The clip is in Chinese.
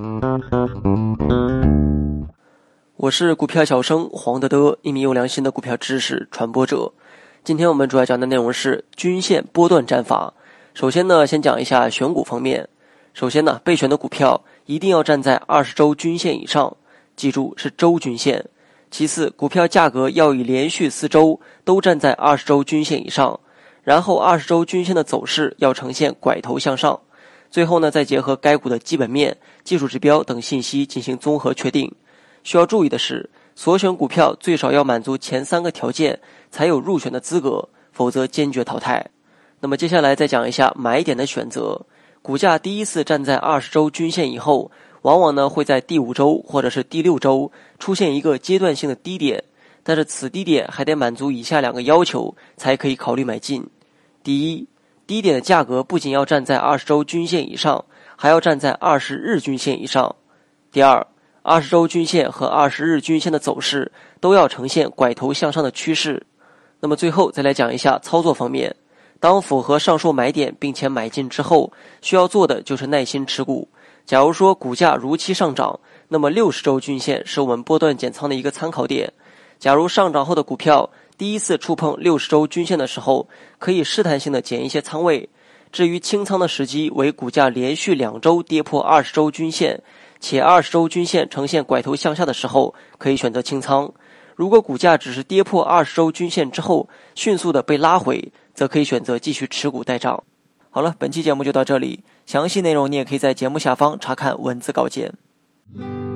我是股票小生黄德德，一名有良心的股票知识传播者。今天我们主要讲的内容是均线波段战法。首先呢，先讲一下选股方面。首先呢，备选的股票一定要站在20周均线以上，记住是周均线。其次，股票价格要以连续4周都站在20周均线以上，然后20周均线的走势要呈现拐头向上。最后呢，再结合该股的基本面、技术指标等信息进行综合确定。需要注意的是，所选股票最少要满足前3个条件才有入选的资格，否则坚决淘汰。那么接下来再讲一下买点的选择。股价第一次站在20周均线以后，往往呢会在第5周或者是第6周出现一个阶段性的低点，但是此低点还得满足以下2个要求才可以考虑买进。第一，低点的价格不仅要站在20周均线以上，还要站在20日均线以上。第二，20周均线和20日均线的走势都要呈现拐头向上的趋势。那么最后再来讲一下操作方面。当符合上述买点并且买进之后，需要做的就是耐心持股。假如说股价如期上涨，那么60周均线是我们波段减仓的一个参考点。假如上涨后的股票第一次触碰60周均线的时候，可以试探性的减一些仓位。至于清仓的时机为股价连续2周跌破20周均线，且20周均线呈现拐头向下的时候，可以选择清仓。如果股价只是跌破20周均线之后迅速的被拉回，则可以选择继续持股待涨。好了，本期节目就到这里，详细内容你也可以在节目下方查看文字稿件。